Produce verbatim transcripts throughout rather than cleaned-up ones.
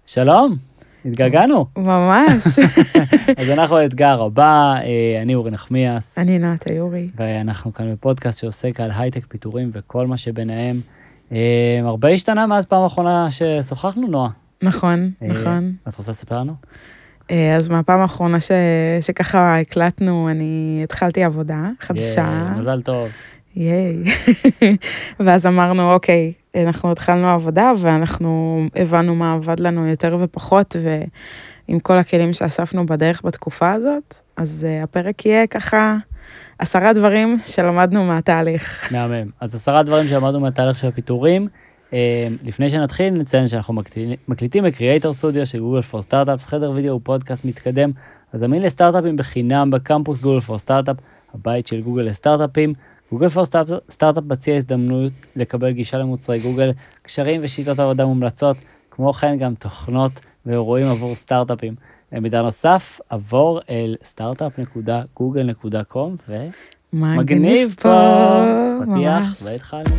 שלום, התגעגענו. ממש. אז אנחנו האתגר הבא, אני אורי נחמיאס. אני נעתה יורי. ואנחנו כאן בפודקאסט שעוסק על הייטק, פיתורים וכל מה שביניהם. הרבה השתנה מאז פעם האחרונה ששוחחנו, נועה. נכון, נכון. את רוצה לספר לנו? אז מהפעם האחרונה ש... שככה הקלטנו, אני התחלתי עבודה חדשה. מזל טוב. ייי. ואז אמרנו, אוקיי, אנחנו התחלנו עבודה, ואנחנו הבנו מה עבד לנו יותר ופחות, ועם כל הכלים שאספנו בדרך בתקופה הזאת, אז הפרק יהיה ככה עשרה דברים שלמדנו מהתהליך. מהמם. אז עשרה דברים שלמדנו מהתהליך של הפיתורים. לפני שנתחיל, נציין שאנחנו מקליטים בקריאייטור סטודיו של גוגל פור סטארט-אפס, חדר וידאו ופודקאסט מתקדם, אז זמין לסטארט-אפים בחינם בקמפוס גוגל פור סטארט-אפ, הבית של גוגל לסטארט-אפים. גוגל פור סטארט-אפ מציע הזדמנות לקבל גישה למוצרי גוגל, קשרים ושיטות עבודה מומלצות, כמו כן גם תוכנות ואירועים עבור סטארט-אפים. למידע נוסף, עבור אל סטארט-אפ נקודה גוגל נקודה קום ומגניב פה, פתיח והתחלנו.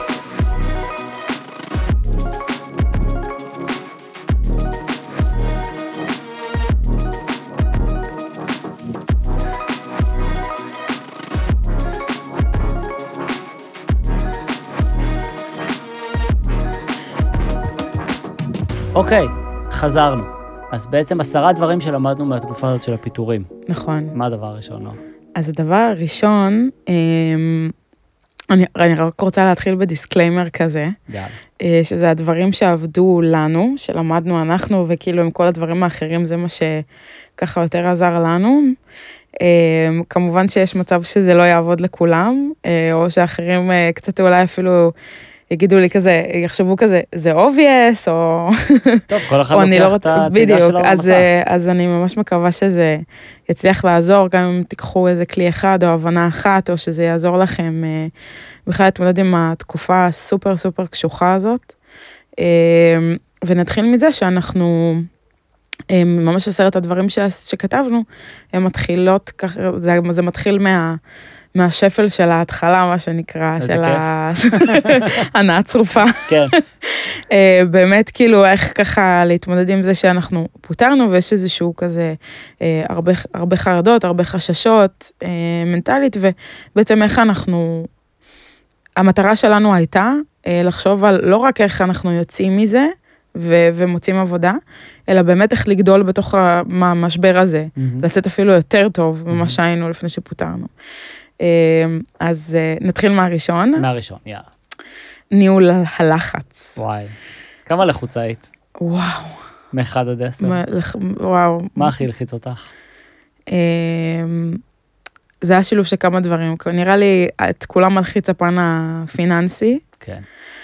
אוקיי, חזרנו. אז בעצם עשרה דברים שלמדנו מהתקופה הזאת של הפיתורים. נכון. מה הדבר הראשון? אז הדבר הראשון, אני, אני רק רוצה להתחיל בדיסקליימר כזה, יאללה. שזה הדברים שעבדו לנו, שלמדנו אנחנו, וכאילו עם כל הדברים האחרים, זה מה שככה יותר עזר לנו. כמובן שיש מצב שזה לא יעבוד לכולם, או שאחרים קצת אולי אפילו יגידו לי כזה, יחשבו כזה, זה obvious, או... טוב, כל אחד לוקח את הצידה שלו במסע. אז אני ממש מקווה שזה יצליח לעזור, גם אם תיקחו איזה כלי אחד, או הבנה אחת, או שזה יעזור לכם בכלל להתמודד עם התקופה הסופר סופר קשוחה הזאת. ונתחיל מזה שאנחנו, ממש עשרת הדברים שכתבנו, הם מתחילות, זה מתחיל מה... מהשפל של ההתחלה, מה שנקרא, של הנאה צרופה. כן. באמת, כאילו, איך ככה להתמודד עם זה שאנחנו פותרנו, ויש איזשהו כזה, הרבה, הרבה חרדות, הרבה חששות, מנטלית, ובעצם איך אנחנו, המטרה שלנו הייתה, לחשוב על לא רק איך אנחנו יוצאים מזה, ו- ומוצאים עבודה, אלא באמת איך לגדול בתוך המשבר הזה, mm-hmm. לצאת אפילו יותר טוב ממה שהיינו לפני שפותרנו. אז נתחיל מהראשון. מהראשון, יאללה. ניהול הלחץ. וואי. כמה לחוץ היית? וואו. מאחד עד עשר. וואו. מה הכי לחיץ אותך? זה היה שילוב של כמה דברים. נראה לי, את כולם מלחיץ הפן הפיננסי. כן.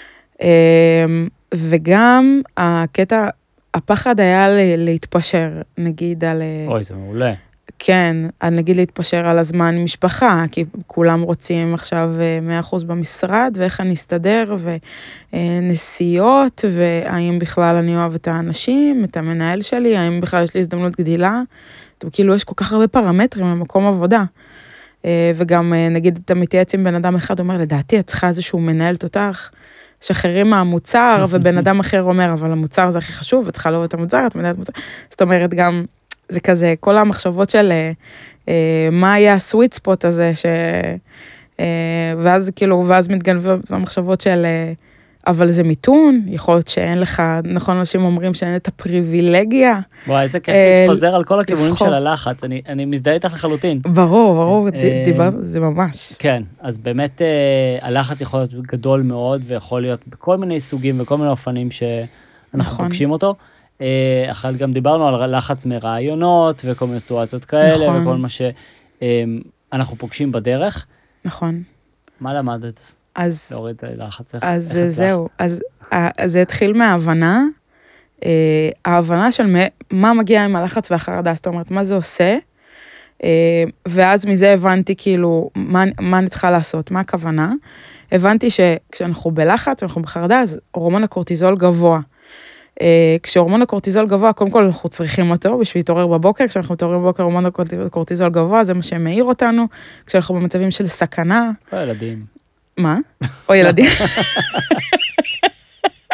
וגם הקטע, הפחד היה להתפשר, נגיד על... אוי, זה מעולה. כן, נגיד להתפשר על הזמן משפחה, כי כולם רוצים עכשיו מאה אחוז במשרד, ואיך אני אסתדר, ונסיעות, והאם בכלל אני אוהב את האנשים, את המנהל שלי, האם בכלל יש לי הזדמנות גדילה, כאילו יש כל כך הרבה פרמטרים למקום עבודה, וגם נגיד אתה מתייעץ עם בן אדם אחד, אומר, לדעתי את צריכה איזשהו מנהל תותח, שחררים מהמוצר, ובן אדם אחר אומר, אבל המוצר זה הכי חשוב, את צריכה לאהוב את המוצר, את מנהלת מוצר, זאת אומרת גם, זה כזה, כל המחשבות של אה, מה היה הסוויט ספוט הזה, ש, אה, ואז כאילו, ואז מתגנבות המחשבות של, אה, אבל זה מיתון, יכול להיות שאין לך, נכון, אנשים אומרים שאין את הפריבילגיה. וואי, איזה כיף אה, להתפזר על כל הכיוונים לבחור. של הלחץ, אני, אני מזדהה איתך לחלוטין. ברור, ברור, אה, דיבר, זה ממש. כן, אז באמת אה, הלחץ יכול להיות גדול מאוד, ויכול להיות בכל מיני סוגים וכל מיני אופנים שאנחנו נכון. פוגשים אותו. אחת גם דיברנו על לחץ מרעיונות וכל מיני סיטואציות כאלה, נכון. וכל מה שאנחנו פוגשים בדרך. נכון. מה למדת? אז, להוריד לחץ. אז זהו, אז, אז זה התחיל מההבנה, ההבנה של מה מגיע עם הלחץ והחרדה, זאת אומרת, מה זה עושה, ואז מזה הבנתי כאילו, מה, מה אני צריכה לעשות, מה הכוונה. הבנתי שכשאנחנו בלחץ, אנחנו בחרדה, אז הורמון הקורטיזול גבוה. כשהורמון הקורטיזול גבוה, קודם כל אנחנו צריכים אותו בשביל להתעורר בבוקר, כשאנחנו מתעוררים בבוקר הורמון הקורטיזול גבוה, זה מה שמאיר אותנו, כשאנחנו במצבים של סכנה. או ילדים. מה? או ילדים.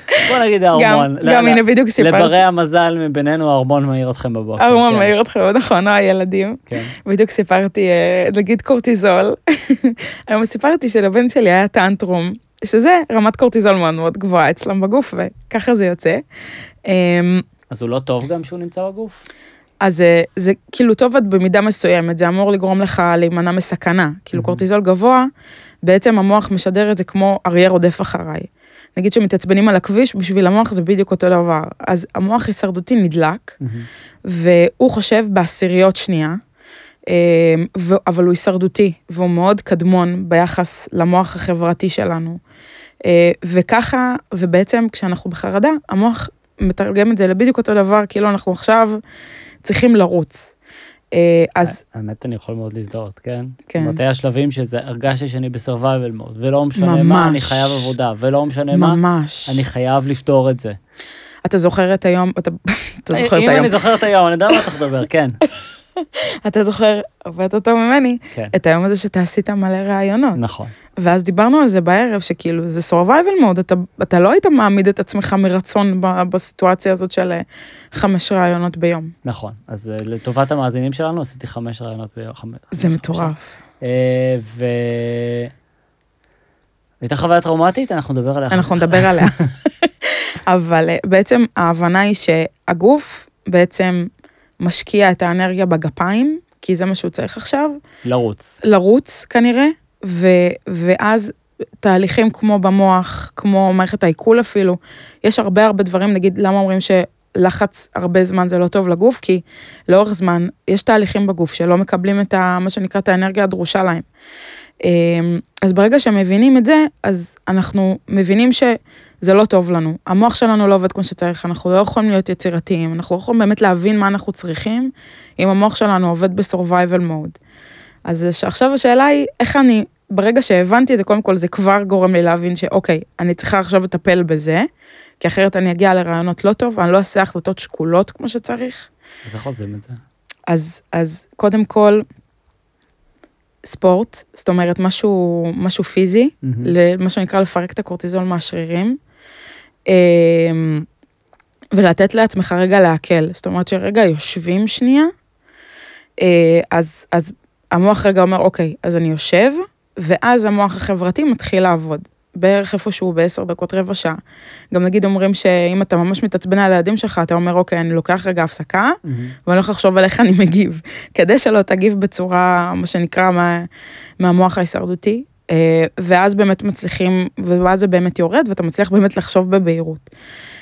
בוא נגיד ההורמון. גם הנה בדיוק סיפרתי. לברי המזל מבינינו, ההורמון מעיר אתכם בבוקר. ההורמון מעיר אתכם, נכון, או הילדים. בדיוק סיפרתי, נגיד קורטיזול. היום סיפרתי שלבן שלי היה טנטרום, שזה רמת קורטיזול מאוד מאוד גבוהה אצלם בגוף, וככה זה יוצא. אז הוא לא טוב גם שהוא נמצא בגוף? אז זה כאילו טוב עד במידה מסוימת, זה אמור לגרום לך להימנע מסכנה. כאילו קורטיזול גבוה, בעצם המוח משדר את זה כמו אריה רודף אחריי. נגיד שמתעצבנים על הכביש, בשביל המוח זה בדיוק אותו דבר. אז המוח הישרדותי נדלק, והוא חושב בעשיריות שנייה, אבל הוא הישרדותי, והוא מאוד קדמון ביחס למוח החברתי שלנו. וככה, ובעצם כשאנחנו בחרדה, המוח מתרגם את זה לבדיוק אותו דבר, כאילו אנחנו עכשיו צריכים לרוץ. אז... האמת אני יכול מאוד להזדהות, כן? כן. מתי השלבים שזה הרגשתי שאני בסרווייבל מוד, ולא משנה מה, אני חייב עבודה, ולא משנה מה, ממש. אני חייב לפתור את זה. אתה זוכר את היום, אתה זוכר את היום. אם אני זוכר את היום, אני יודע מה אתה מדבר, כן. אתה זוכר, עובד אותו ממני, את היום הזה שאתה עשית מלא רעיונות. נכון. ואז דיברנו על זה בערב, שכאילו, זה survival mode, אתה, אתה לא היית מעמיד את עצמך מרצון בסיטואציה הזאת של חמש רעיונות ביום. נכון, אז לטובת המאזינים שלנו, עשיתי חמש רעיונות ביום. זה מטורף. ו... הייתה חוויה טראומטית, אנחנו נדבר עליה. אנחנו נדבר עליה. אבל בעצם ההבנה היא שהגוף בעצם משקיע את האנרגיה בגפיים, כי זה מה שהוא צריך עכשיו. לרוץ. לרוץ כנראה, ו, ואז תהליכים כמו במוח, כמו מערכת העיכול אפילו, יש הרבה הרבה דברים, נגיד למה אומרים שלחץ הרבה זמן זה לא טוב לגוף, כי לאורך זמן יש תהליכים בגוף שלא מקבלים את ה, מה שנקרא את האנרגיה הדרושה להם. אז ברגע שמבינים את זה, אז אנחנו מבינים שזה לא טוב לנו. המוח שלנו לא עובד כמו שצריך, אנחנו לא יכולים להיות יצירתיים, אנחנו לא יכולים באמת להבין מה אנחנו צריכים, אם המוח שלנו עובד בסורווייבל מוד. אז עכשיו השאלה היא, איך אני, ברגע שהבנתי את זה, קודם כל זה כבר גורם לי להבין שאוקיי, אני צריכה עכשיו לטפל בזה, כי אחרת אני אגיע לרעיונות לא טוב, ואני לא אעשה החלטות שקולות כמו שצריך. איך עושים את זה? אז, אז קודם כל, ספורט, זאת אומרת משהו, משהו פיזי, mm-hmm. למה שנקרא לפרק את הקורטיזול מהשרירים, ולתת לעצמך רגע להקל, זאת אומרת שרגע יושבים שנייה, אז, אז המוח רגע אומר, אוקיי, אז אני יושב, ואז המוח החברתי מתחיל לעבוד, בערך איפשהו בעשר דקות רבע שעה. גם נגיד אומרים שאם אתה ממש מתעצבן על הילדים שלך, אתה אומר, אוקיי, אני לוקח רגע הפסקה, mm-hmm. ואני הולך לחשוב על איך אני מגיב, כדי שלא תגיב בצורה, מה שנקרא, מה, מהמוח ההישרדותי, ואז באמת מצליחים, ואז זה באמת יורד, ואתה מצליח באמת לחשוב בבהירות.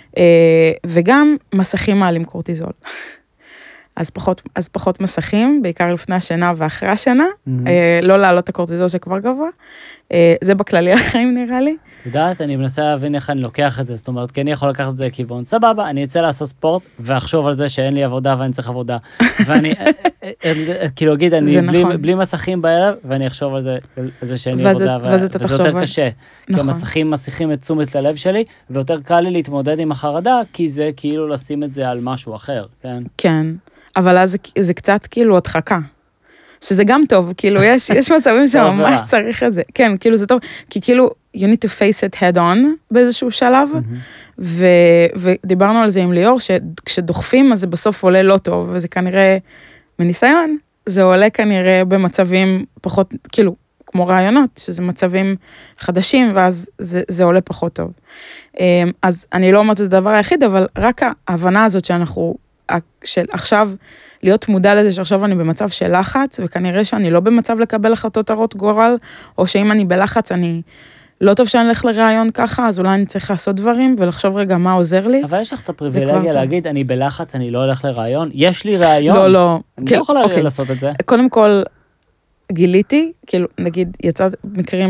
וגם מסכים מעלים קורטיזול. אז פחות, אז פחות מסכים, בעיקר לפני השינה ואחרי השינה, mm-hmm. לא לעלות את הקורטיזול שכבר גבוה, זה בכללי החיים נראה לי. יודעת, אני מנסה להבין איך אני לוקח את זה, זאת אומרת, כי אני יכול לקחת את זה כיוון, סבבה, אני אצא לעשות ספורט, ואחשוב על זה שאין לי עבודה ואני צריך עבודה, ואני, כאילו אגיד, אני בלי, בלי מסכים בערב, ואני אחשוב על זה, על זה שאין לי עבודה, וזה יותר קשה, כי המסכים מסיכים את תשומת ללב שלי, ויותר קל לי להתמודד עם החרדה, כי זה כאילו לשים את זה על משהו אחר, כן? כן. אבל אז זה, זה קצת כאילו הדחקה, שזה גם טוב, כאילו יש, יש מצבים שממש צריך את זה, כן, כאילו זה טוב, כי כאילו, you need to face it head on באיזשהו שלב, ו, ודיברנו על זה עם ליאור, שכשדוחפים אז זה בסוף עולה לא טוב, וזה כנראה, מניסיון, זה עולה כנראה במצבים פחות, כאילו, כמו רעיונות, שזה מצבים חדשים, ואז זה, זה עולה פחות טוב. אז אני לא אומרת את הדבר היחיד, אבל רק ההבנה הזאת שאנחנו, של עכשיו להיות מודע לזה שעכשיו אני במצב של לחץ, וכנראה שאני לא במצב לקבל החלטות הרות גורל, או שאם אני בלחץ אני לא טוב שאני אלך לרעיון ככה, אז אולי אני צריך לעשות דברים, ולחשוב רגע מה עוזר לי. אבל יש לך את הפריבילגיה להגיד, אני בלחץ, אני לא הולך לרעיון, יש לי רעיון. לא, לא. אני לא יכולה אוקיי. לעשות את זה. קודם כל, גיליתי, כאילו, נגיד, יצא מקרים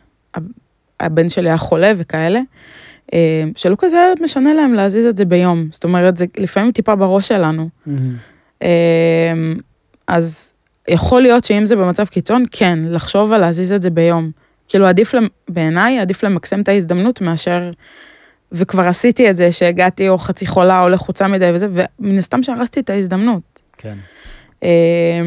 שהבן שלי היה חולה וכאלה, שלא כזה משנה להם להזיז את זה ביום, זאת אומרת, זה לפעמים טיפה בראש שלנו. אז יכול להיות שאם זה במצב קיצון, כן, לחשוב על להזיז את זה ביום. כאילו, עדיף בעיניי, עדיף למקסם את ההזדמנות מאשר, וכבר עשיתי את זה, שהגעתי או חצי חולה או לחוצה מדי וזה, ומן הסתם שהרסתי את ההזדמנות. כן.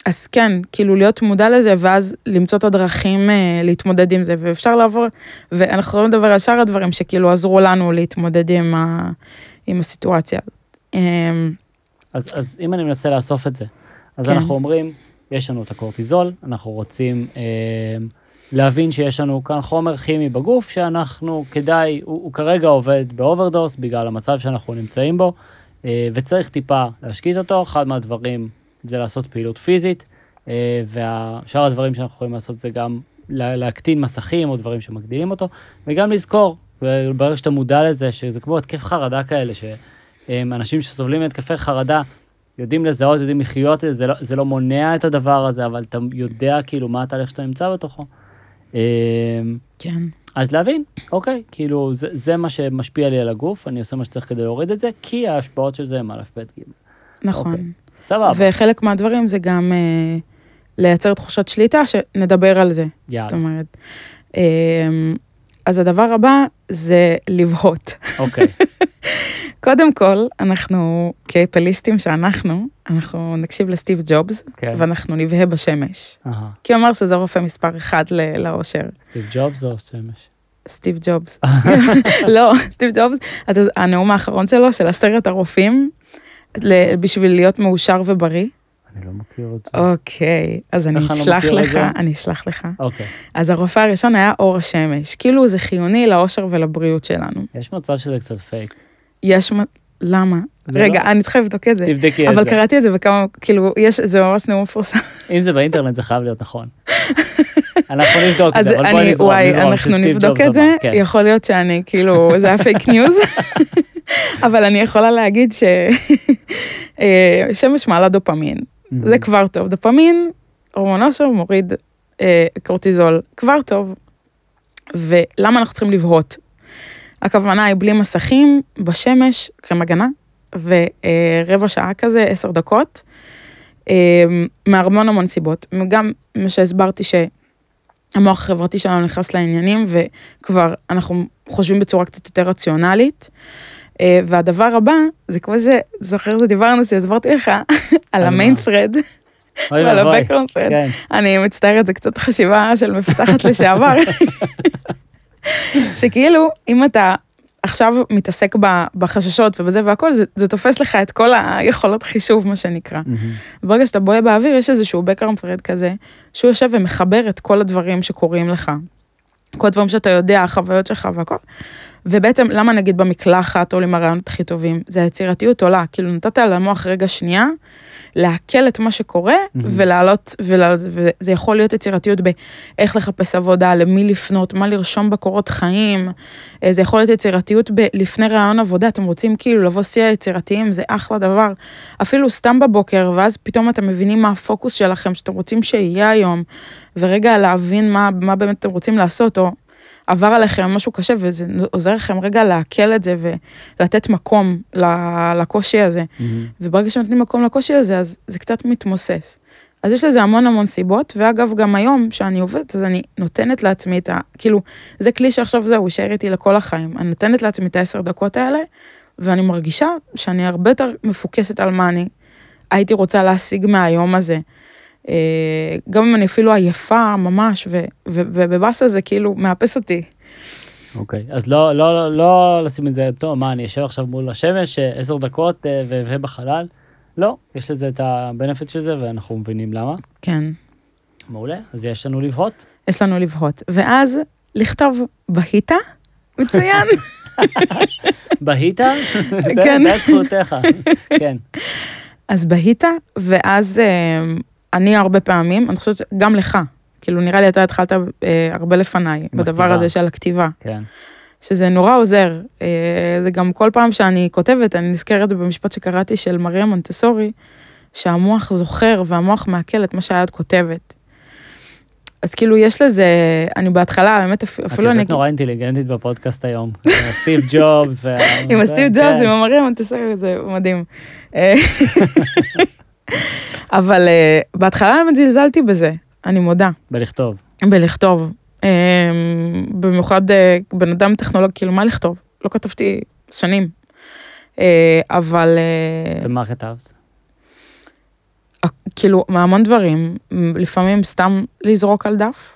אז כן, כאילו להיות מודע לזה, ואז למצוא את הדרכים אה, להתמודד עם זה, ואפשר לעבור, ואנחנו יכולים לדבר על שאר הדברים שכאילו עזרו לנו להתמודד עם, ה, עם הסיטואציה. אה, אז, אז אם אני מנסה לאסוף את זה, אז כן. אנחנו אומרים, יש לנו את הקורטיזול, אנחנו רוצים אה, להבין שיש לנו כאן חומר כימי בגוף, שאנחנו כדאי, הוא, הוא כרגע עובד באוברדוס, בגלל המצב שאנחנו נמצאים בו, אה, וצריך טיפה להשקיט אותו, אחד מהדברים זה לעשות פעילות פיזית, ושאר הדברים שאנחנו יכולים לעשות זה גם להקטין מסכים או דברים שמגדילים אותו, וגם לזכור, וברגע שאתה מודע לזה, שזה כמו התקף חרדה כאלה, שאנשים שסובלים מהתקפי חרדה, יודעים לזהות, יודעים לחיות את זה, זה לא, זה לא מונע את הדבר הזה, אבל אתה יודע כאילו מה התהליך שאתה נמצא בתוכו. כן. אז להבין, אוקיי, כאילו זה, זה מה שמשפיע לי על הגוף, אני עושה מה שצריך כדי להוריד את זה, כי ההשפעות של זה הם א' ב' ג'. נכון. אוקיי. סבבה. וחלק מהדברים זה גם אה, לייצר תחושת שליטה, שנדבר על זה. יאללה. זאת אומרת. אה, אז הדבר הבא זה לבהות. אוקיי. קודם כל, אנחנו, כאפליסטים שאנחנו, אנחנו נקשיב לסטיב ג'ובס, כן. ואנחנו נבהה בשמש. אהה. כי הוא אמר שזה רופא מספר אחד ל- לאושר. סטיב ג'ובס או שמש? סטיב ג'ובס. לא, סטיב ג'ובס, אתה- הנאום האחרון שלו, של עשרת הרופאים, ל- בשביל להיות מאושר ובריא. אני לא מכיר את זה. אוקיי, אז אני איך אני לא אשלח מכיר את לך, זה? אני אשלח לך. אוקיי. אז הרופא הראשון היה אור השמש. כאילו זה חיוני לאושר ולבריאות שלנו. יש מצב שזה קצת פייק. יש, מ- למה? זה רגע, לא- אני צריכה לבדוק את זה. תבדקי את אבל זה. קראתי את זה בכמה, כאילו, יש, זה ממש נאום מפורסם. אם זה באינטרנט זה חייב להיות נכון. אנחנו נבדוק את אז זה, אבל בואי אני, נזרום, וואי, נזרום, אנחנו שסטיב נבדוק ג'ובס את זה, אמר, כן. יכול להיות שאני, כאילו, זה היה פייק ניוז, אבל אני יכולה להגיד ששמש מעלה דופמין, זה כבר טוב. דופמין, הורמון אושר, מוריד אה, קורטיזול, כבר טוב. ולמה אנחנו צריכים לבהות? הכוונה היא בלי מסכים, בשמש, קרם הגנה, ורבע שעה כזה, עשר דקות, אה, מהרמון המון סיבות. גם מה שהסברתי שהמוח החברתי שלנו נכנס לעניינים, וכבר אנחנו חושבים בצורה קצת יותר רציונלית. אה, והדבר הבא, זה כמו שזוכר שדיברנו, שהסברתי לך, על המיין thread, ועל ה-background thread. כן. אני מצטערת, זה קצת חשיבה של מפתחת לשעבר. שכאילו, אם אתה עכשיו מתעסק בחששות ובזה והכל, זה, זה תופס לך את כל היכולות חישוב, מה שנקרא. ברגע שאתה בואה באוויר, יש איזשהו background thread כזה, שהוא יושב ומחבר את כל הדברים שקורים לך. כל הדברים שאתה יודע, החוויות שלך והכל. ובעצם, למה נגיד במקלחת או עם הרעיונות הכי טובים? זה היצירתיות עולה. כאילו, נתת על המוח רגע שנייה, להקל את מה שקורה, ולעלות, וזה יכול להיות יצירתיות באיך לחפש עבודה, למי לפנות, מה לרשום בקורות חיים, זה יכול להיות יצירתיות לפני רעיון עבודה, אתם רוצים כאילו לבוא שיא היצירתיים, זה אחלה דבר. אפילו סתם בבוקר, ואז פתאום אתם מבינים מה הפוקוס שלכם, שאתם רוצים שיהיה היום, ורגע להבין מה, מה באמת אתם רוצים לעשות, או עבר עליכם משהו קשה, וזה עוזר לכם רגע להקל את זה, ולתת מקום לקושי הזה. Mm-hmm. וברגע שנותנים מקום לקושי הזה, אז זה קצת מתמוסס. אז יש לזה המון המון סיבות, ואגב, גם היום שאני עובדת, אז אני נותנת לעצמי את ה... כאילו, זה כלי שעכשיו זהו, יישאר איתי לכל החיים. אני נותנת לעצמי את העשר דקות האלה, ואני מרגישה שאני הרבה יותר מפוקסת על מה אני הייתי רוצה להשיג מהיום הזה. גם אם אני אפילו עייפה ממש, ובבאסה זה כאילו מאפס אותי. אוקיי, אז לא, לא, לא לשים את זה, טוב, מה, אני אשב עכשיו מול השמש, עשר דקות ובחלל? לא, יש לזה את הבנפיט של זה, ואנחנו מבינים למה. כן. מעולה, אז יש לנו לבהות. יש לנו לבהות, ואז לכתוב בהיטה, מצוין. בהיטה? כן. זה זכותך, כן. אז בהיטה, ואז... אני הרבה פעמים, אני חושבת גם לך, כאילו נראה לי אתה התחלת אה, הרבה לפניי, בדבר הזה של הכתיבה. כן. שזה נורא עוזר. אה, זה גם כל פעם שאני כותבת, אני נזכרת במשפט שקראתי של מריה מונטסורי, שהמוח זוכר והמוח מעכל את מה שהיד כותבת. אז כאילו יש לזה, אני בהתחלה, באמת אפילו אני... את יוצאת נורא אינטליגנטית בפודקאסט היום, סטיב ג'ובס. עם הסטיב ג'ובס, עם המריה מונטסורי, זה מדהים. אבל uh, בהתחלה באמת זלזלתי בזה, אני מודה. בלכתוב. בלכתוב. Um, במיוחד uh, בן אדם טכנולוג, כאילו מה לכתוב? לא כתבתי שנים. Uh, אבל... Uh, ומה כתבת? כאילו, מהמון דברים, לפעמים סתם לזרוק על דף.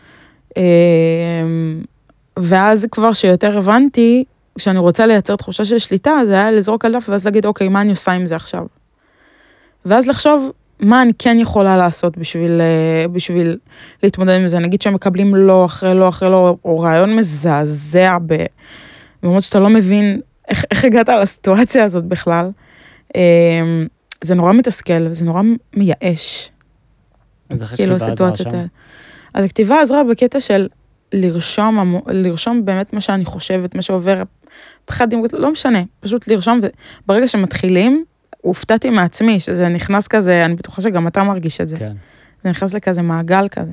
ואז כבר שיותר הבנתי, כשאני רוצה לייצר תחושה של שליטה, זה היה לזרוק על דף, ואז להגיד, אוקיי, מה אני עושה עם זה עכשיו? ואז לחשוב, מה אני כן יכולה לעשות בשביל, בשביל להתמודד עם זה. נגיד שמקבלים לא אחרי לא אחרי לא, או רעיון מזעזע, במובן שאתה לא מבין איך, איך הגעת לסיטואציה הזאת בכלל. זה נורא מתסכל, זה נורא מייאש. אז איך הכתיבה עזרה שם? אז הכתיבה עזרה בקטע של לרשום, לרשום באמת מה שאני חושבת, מה שעובר, פחדים, לא משנה, פשוט לרשום, וברגע שמתחילים, הופתעתי מעצמי, שזה נכנס כזה, אני בטוחה שגם אתה מרגיש את זה. כן. זה נכנס לכזה מעגל כזה.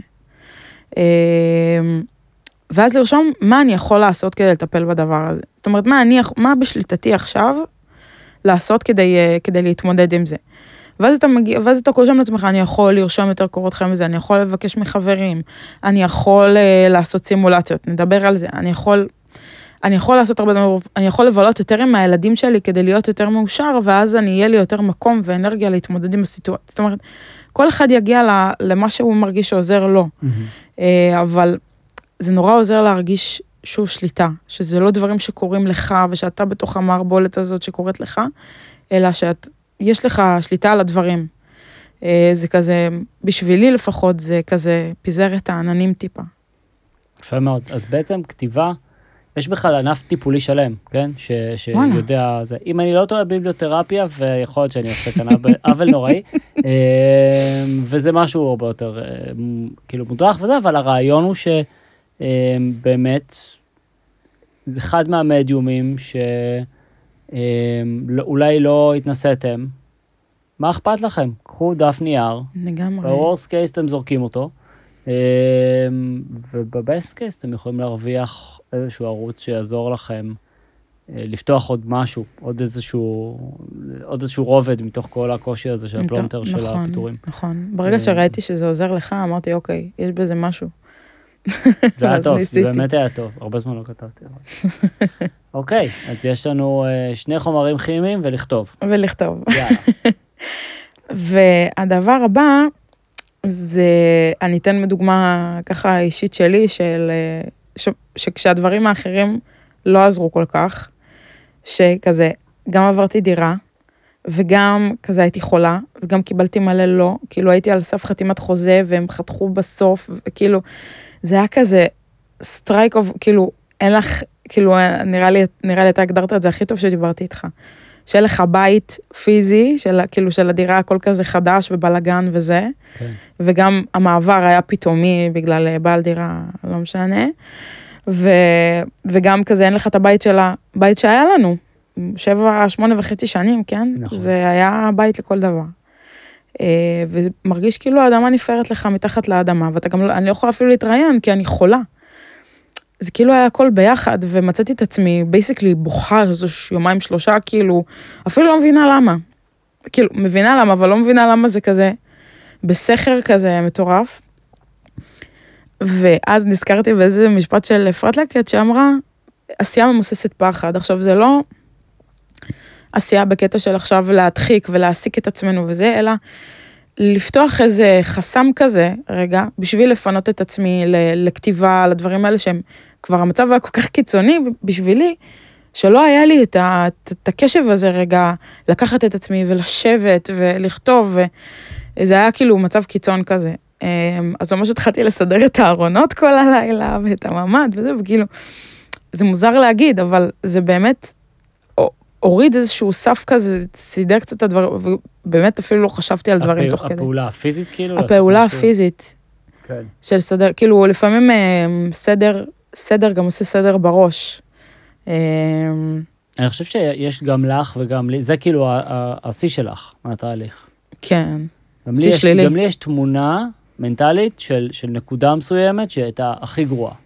ואז לרשום מה אני יכול לעשות כדי לטפל בדבר הזה. זאת אומרת, מה, אני, מה בשליטתי עכשיו לעשות כדי, כדי להתמודד עם זה. ואז אתה מגיע, ואז אתה קורא שם לעצמך, אני יכול לרשום יותר קורות חיים מזה, אני יכול לבקש מחברים, אני יכול לעשות סימולציות, נדבר על זה, אני יכול... אני יכול לעשות הרבה דברים, אני יכול לבלות יותר עם הילדים שלי כדי להיות יותר מאושר, ואז אני אהיה לי יותר מקום ואנרגיה להתמודד עם הסיטואציה. זאת אומרת, כל אחד יגיע למה שהוא מרגיש שעוזר לו. אבל זה נורא עוזר להרגיש שוב שליטה, שזה לא דברים שקורים לך, ושאתה בתוך המערבולת הזאת שקורית לך, אלא שיש לך שליטה על הדברים. זה כזה, בשבילי לפחות, זה כזה פיזר את העננים טיפה. יפה מאוד. אז בעצם כתיבה, יש בכלל ענף טיפולי שלם, כן? ש, שיודע זה. אם אני לא טועה ביבליותרפיה, ויכול להיות שאני עושה כאן עוול נוראי, וזה משהו הרבה יותר כאילו מודרך וזה, אבל הרעיון הוא שבאמת, אחד מהמדיומים שאולי לא התנסיתם, מה אכפת לכם? קחו דף נייר, לגמרי. ב-worst case אתם זורקים אותו, ובבסט קייס אתם יכולים להרוויח איזשהו ערוץ שיעזור לכם לפתוח עוד משהו, עוד איזשהו, עוד איזשהו רובד מתוך כל הקושי הזה של הפלונטר של הפיתורים. נכון, ברגע שראיתי שזה עוזר לך, אמרתי, אוקיי, יש בזה משהו. זה היה טוב, זה באמת היה טוב, הרבה זמן לא כתבתי. אוקיי, אז יש לנו שני חומרים כימיים ולכתוב. ולכתוב. יאללה. והדבר הבא, זה, אני אתן מדוגמה ככה אישית שלי, של, ש, שכשהדברים האחרים לא עזרו כל כך, שכזה, גם עברתי דירה, וגם כזה הייתי חולה, וגם קיבלתי מלא לא, כאילו הייתי על סף חתימת חוזה, והם חתכו בסוף, וכאילו, זה היה כזה סטרייק אוף, כאילו, אין לך, כאילו, נראה לי, נראה לי, אתה הגדרת את זה הכי טוב שדיברתי איתך. שיהיה לך בית פיזי, של, כאילו של הדירה הכל כזה חדש ובלגן וזה, כן. וגם המעבר היה פתאומי בגלל בעל דירה, לא משנה, ו, וגם כזה אין לך את הבית של הבית שהיה לנו, שבע, שמונה וחצי שנים, כן? נכון. זה היה בית לכל דבר. ומרגיש כאילו האדמה נפארת לך מתחת לאדמה, ואתה גם, אני לא יכולה אפילו להתראיין, כי אני חולה. זה כאילו היה הכל ביחד, ומצאתי את עצמי, בייסיקלי בוכה, איזו יומיים שלושה, כאילו, אפילו לא מבינה למה. כאילו, מבינה למה, אבל לא מבינה למה זה כזה, בסכר כזה מטורף. ואז נזכרתי באיזה משפט של אפרת לקט, שאמרה, עשייה ממוססת פחד. עכשיו, זה לא עשייה בקטע של עכשיו להדחיק ולהעסיק את עצמנו וזה, אלא לפתוח איזה חסם כזה, רגע, בשביל לפנות את עצמי לכתיבה, לדברים האלה שהם, כבר המצב היה כל כך קיצוני בשבילי, שלא היה לי את, ה, את הקשב הזה רגע, לקחת את עצמי ולשבת ולכתוב, וזה היה כאילו מצב קיצון כזה. אז ממש התחלתי לסדר את הארונות כל הלילה, ואת הממד וזה, וכאילו, זה מוזר להגיד, אבל זה באמת, הוריד איזשהו סף כזה, סידר קצת את הדבר, ובאמת אפילו לא חשבתי על דברים תוך כדי. הפעולה הפיזית כאילו? הפעולה הפיזית. כן. של סדר, כאילו לפעמים סדר, סדר גם עושה סדר בראש. אני חושב שיש גם לך וגם לי, זה כאילו השיא שלך, מהתהליך. כן. שיא שלילי. גם לי יש תמונה מנטלית של, של נקודה מסוימת שהייתה הכי גרועה.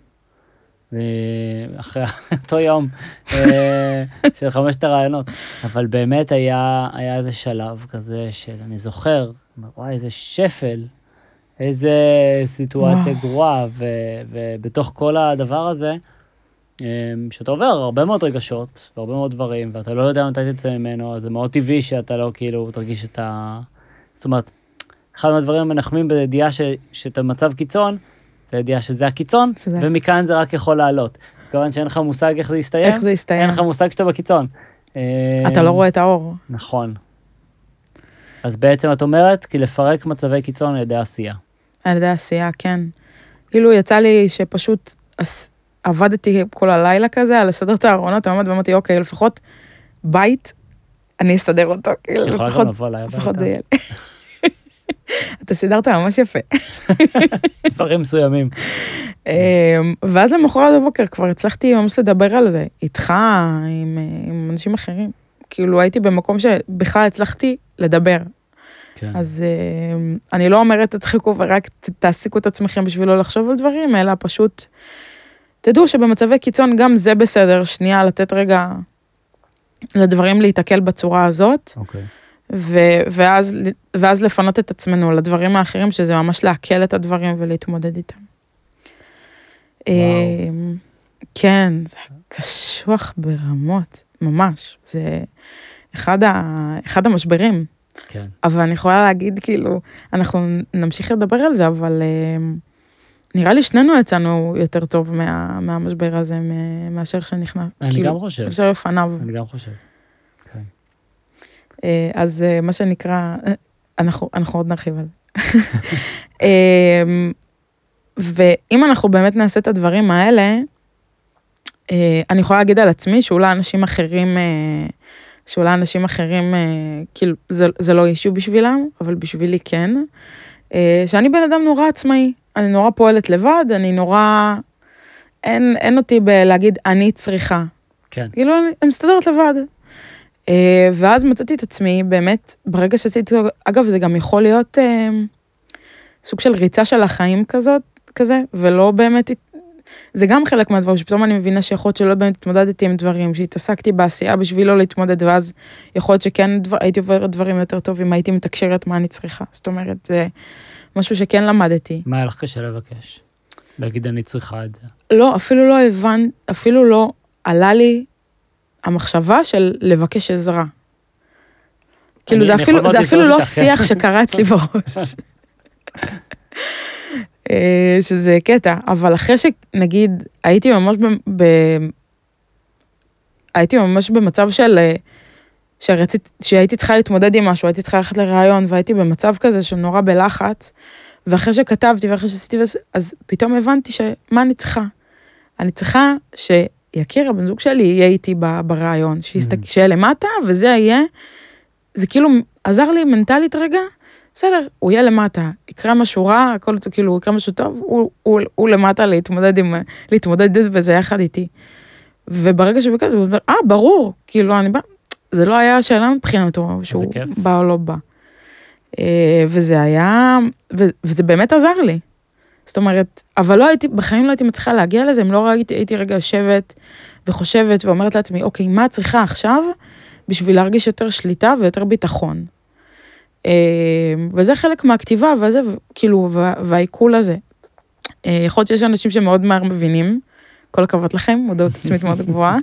אחרי אותו יום של חמשת הרעיונות, אבל באמת היה, היה איזה שלב כזה של, אני זוכר, וואי, איזה שפל, איזה סיטואציה גרועה, ובתוך כל הדבר הזה, שאתה עובר הרבה מאוד רגשות, והרבה מאוד דברים, ואתה לא יודע מתי תצא ממנו, אז זה מאוד טבעי שאתה לא כאילו תרגיש את ה... זאת אומרת, אחד מהדברים המנחמים בידיעה ש, שאתה מצב קיצון, זה ידיעה שזה הקיצון, שזה. ומכאן זה רק יכול לעלות. כיוון שאין לך מושג איך זה יסתיים, איך זה יסתיים. אין לך מושג שאתה בקיצון. אתה לא רואה את האור. נכון. אז בעצם את אומרת, כי לפרק מצבי קיצון על ידי עשייה. על ידי עשייה, כן. כאילו יצא לי שפשוט עבדתי כל הלילה כזה, על לסדר את הארונות, ואמרתי, אוקיי, לפחות בית, אני אסדר אותו. יכולה גם לבוא עליי. לפחות זה יהיה. אתה סידרת ממש יפה. דברים מסוימים. ואז למחרת בבוקר כבר הצלחתי ממש לדבר על זה, איתך, עם, עם אנשים אחרים. כאילו הייתי במקום שבכלל הצלחתי לדבר. כן. אז אני לא אומרת תדחקו ורק תעסיקו את עצמכם בשביל לא לחשוב על דברים, אלא פשוט תדעו שבמצבי קיצון גם זה בסדר, שנייה לתת רגע לדברים להתעכל בצורה הזאת. אוקיי. ו- ואז, ואז לפנות את עצמנו לדברים האחרים, שזה ממש להקל את הדברים ולהתמודד איתם. וואו. כן, זה קשוח ברמות, ממש. זה אחד, ה- אחד המשברים. כן. אבל אני יכולה להגיד, כאילו, אנחנו נמשיך לדבר על זה, אבל נראה לי שנינו יצאנו יותר טוב מה, מהמשבר הזה, מאשר שנכנס. אני כאילו, גם חושב. מאשר לפניו. אני גם חושב. אז מה שנקרא, אנחנו, אנחנו עוד נרחיב על זה. ואם אנחנו באמת נעשה את הדברים האלה, אני יכולה להגיד על עצמי שאולי אנשים אחרים, שאולי אנשים אחרים, כאילו, זה, זה לא אישו בשבילם, אבל בשבילי כן, שאני בן אדם נורא עצמאי, אני נורא פועלת לבד, אני נורא, אין, אין אותי בלהגיד, אני צריכה. כן. כאילו, אני, אני מסתדרת לבד. ואז מצאתי את עצמי, באמת, ברגע שעשיתי, אגב, זה גם יכול להיות אה, סוג של ריצה של החיים כזאת, כזה, ולא באמת, זה גם חלק מהדברים, שפתאום אני מבינה שיכול להיות שלא באמת התמודדתי עם דברים, שהתעסקתי בעשייה בשביל לא להתמודד, ואז יכול להיות שכן דבר, הייתי עוברת דברים יותר טובים, הייתי מתקשרת מה אני צריכה. זאת אומרת, זה משהו שכן למדתי. מה היה לך קשה לבקש? להגיד אני צריכה את זה. לא, אפילו לא הבנ, אפילו לא עלה לי, המחשבה של לבקש עזרה. כאילו, זה אפילו, זה אפילו לא שיח שקרה אצלי בראש. שזה קטע, אבל אחרי שנגיד, הייתי ממש ב... הייתי ממש במצב של... שרציתי, שהייתי צריכה להתמודד עם משהו, הייתי צריכה ללכת לרעיון, והייתי במצב כזה שנורא בלחץ, ואחרי שכתבתי, ואחרי שעשיתי, אז פתאום הבנתי שמה אני צריכה? אני צריכה ש... יכיר, הבן זוג שלי יהיה איתי ברעיון, שיהיה למטה, וזה יהיה, זה כאילו עזר לי מנטלית רגע, בסדר, הוא יהיה למטה, יקרה משהו רע, הכל כאילו, יקרה משהו טוב, הוא, הוא, הוא למטה להתמודד עם, להתמודד בזה יחד איתי. וברגע שבכזה, הוא אומר, אה, ברור, כאילו, אני בא, זה לא היה שאלה מבחינתו, שהוא בא או לא בא. וזה היה, וזה באמת עזר לי. זאת אומרת, אבל לא הייתי, בחיים לא הייתי מצליחה להגיע לזה, אם לא ראיתי, הייתי רגע יושבת וחושבת ואומרת לעצמי, אוקיי, מה צריכה עכשיו בשביל להרגיש יותר שליטה ויותר ביטחון? וזה חלק מהכתיבה, וזה, כאילו, והעיכול הזה. יכול להיות שיש אנשים שמאוד מהר מבינים, כל הכבוד לכם, מודעות עצמית מאוד גבוהה,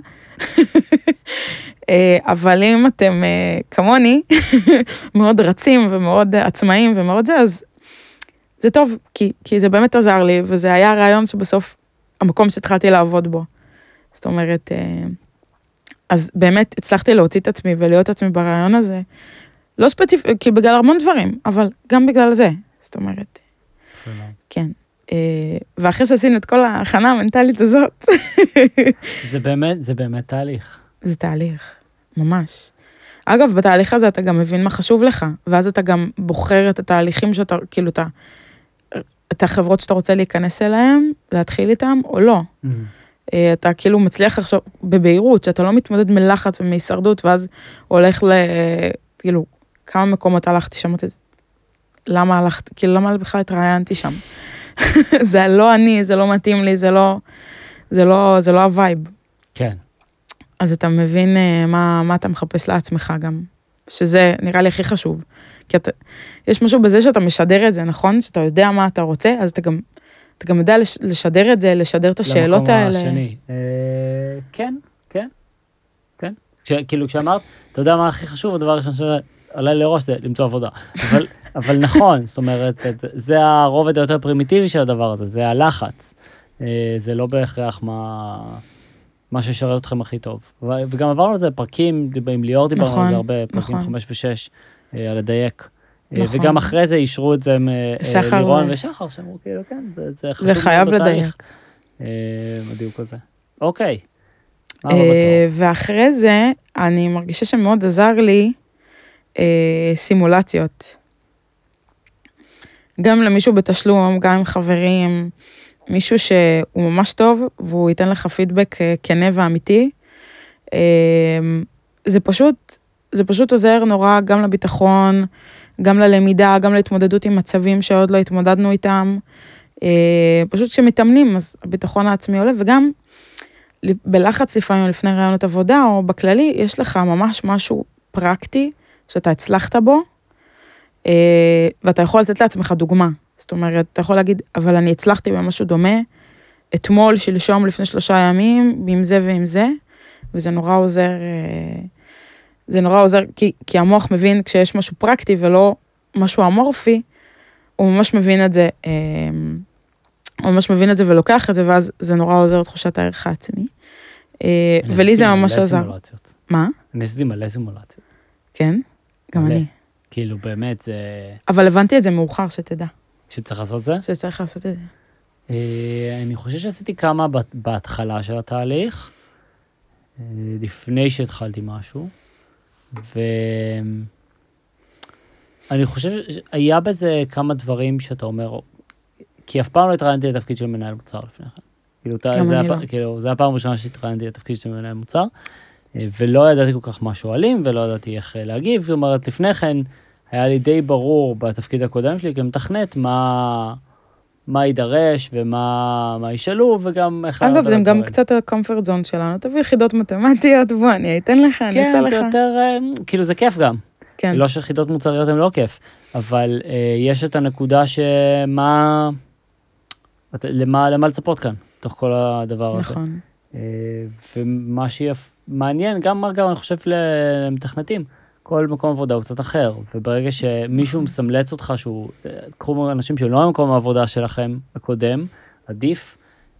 אבל אם אתם כמוני, מאוד רצים ומאוד עצמאים ומאוד זה, אז זה טוב, כי, כי זה באמת עזר לי, וזה היה הרעיון שבסוף המקום שהתחלתי לעבוד בו. זאת אומרת, אז באמת הצלחתי להוציא את עצמי ולהיות עצמי ברעיון הזה, לא ספציפי, כי בגלל המון דברים, אבל גם בגלל זה. זאת אומרת, כן. ואחרי שעשינו את כל ההכנה המנטלית הזאת. זה באמת, זה באמת תהליך. זה תהליך, ממש. אגב, בתהליך הזה אתה גם מבין מה חשוב לך, ואז אתה גם בוחר את התהליכים שאתה, כאילו, אתה, את החברות שאתה רוצה להיכנס אליהם, להתחיל איתם, או לא. Mm-hmm. אתה כאילו מצליח עכשיו בבהירות, שאתה לא מתמודד מלחץ ומהישרדות, ואז הולך ל... כאילו, כמה מקומות הלכתי, שמעתי את זה. למה הלכתי? כאילו, למה בכלל התראיינתי שם? זה לא אני, זה לא מתאים לי, זה לא, זה לא, זה לא הווייב. כן. אז אתה מבין מה, מה אתה מחפש לעצמך גם, שזה נראה לי הכי חשוב. כי אתה, יש משהו בזה שאתה משדר את זה, נכון? שאתה יודע מה אתה רוצה, אז אתה גם, אתה גם יודע לשדר את זה, לשדר את השאלות האלה. למקום השני. כן, כן, כן. כאילו כשאמרת, אתה יודע מה הכי חשוב, הדבר הראשון עלה לראש זה למצוא עבודה. אבל, אבל נכון, זאת אומרת, זה, זה הרובד היותר פרימיטיבי של הדבר הזה, זה הלחץ. זה לא בהכרח מה, מה ששרת אתכם הכי טוב. וגם עברנו על זה פרקים, עם ליאור דיברנו נכון, על זה הרבה, פרקים נכון. חמש ושש, על הדייק. נכון. וגם אחרי זה אישרו את זה לירון ושחר, שאמרו כאילו, כן, זה, זה חשוב. זה חייב לדייק. הדיוק הזה. אוקיי. ואחרי זה, אני מרגישה שמאוד עזר לי סימולציות. גם למישהו בתשלום, גם עם חברים, מישהו שהוא ממש טוב, והוא ייתן לך פידבק כנה ואמיתי. זה פשוט, זה פשוט עוזר נורא גם לביטחון, גם ללמידה, גם להתמודדות עם מצבים שעוד לא התמודדנו איתם. פשוט כשמתאמנים, אז הביטחון העצמי עולה, וגם בלחץ לפעמים לפני רעיונות עבודה, או בכללי, יש לך ממש משהו פרקטי, שאתה הצלחת בו, ואתה יכול לתת לעצמך דוגמה. זאת אומרת, אתה יכול להגיד, אבל אני הצלחתי במשהו דומה, אתמול, שלשום, לפני שלושה ימים, עם זה ועם זה, וזה נורא עוזר, זה נורא עוזר, כי, כי המוח מבין כשיש משהו פרקטי ולא משהו אמורפי, הוא ממש מבין את זה, הוא ממש מבין את זה ולוקח את זה, ואז זה נורא עוזר תחושת הערך העצמי. ולי זה ממש עזר. מה? אני עשיתי מלא סימולציות. כן? גם אני. כאילו באמת זה... אבל הבנתי את זה מאוחר, שתדע. שצריך לעשות זה? שצריך לעשות את זה. אני חושב שעשיתי כמה בהתחלה של התהליך, לפני שהתחלתי משהו, ואני חושב שהיה בזה כמה דברים שאתה אומר, כי אף פעם לא התראיינתי לתפקיד של מנהל מוצר לפני כן. כאילו, זה הפעם הראשונה שהתראיינתי לתפקיד של מנהל מוצר, ולא ידעתי כל כך מה שואלים, ולא ידעתי איך להגיב, זאת אומרת, לפני כן היה לי די ברור בתפקיד הקודם שלי, כמתכנת, מה, מה יידרש, ומה מה ישאלו, וגם איך... אגב, זה גם קצת ה-comfort zone שלנו, תביא יחידות מתמטיות, בוא, אני אתן לך, אני אעשה לך. כן, זה יותר, כאילו זה כיף גם. כן. לא שיחידות מוצריות הן לא כיף, אבל יש את הנקודה שמה, למה, למה לצפות כאן, תוך כל הדבר הזה. נכון. ומה שיהיה מעניין, גם אגב, אני חושב למתכנתים, כל מקום עבודה הוא קצת אחר, וברגע שמישהו מסמלץ אותך, שהוא, קחו אנשים שלא במקום העבודה שלכם הקודם, עדיף,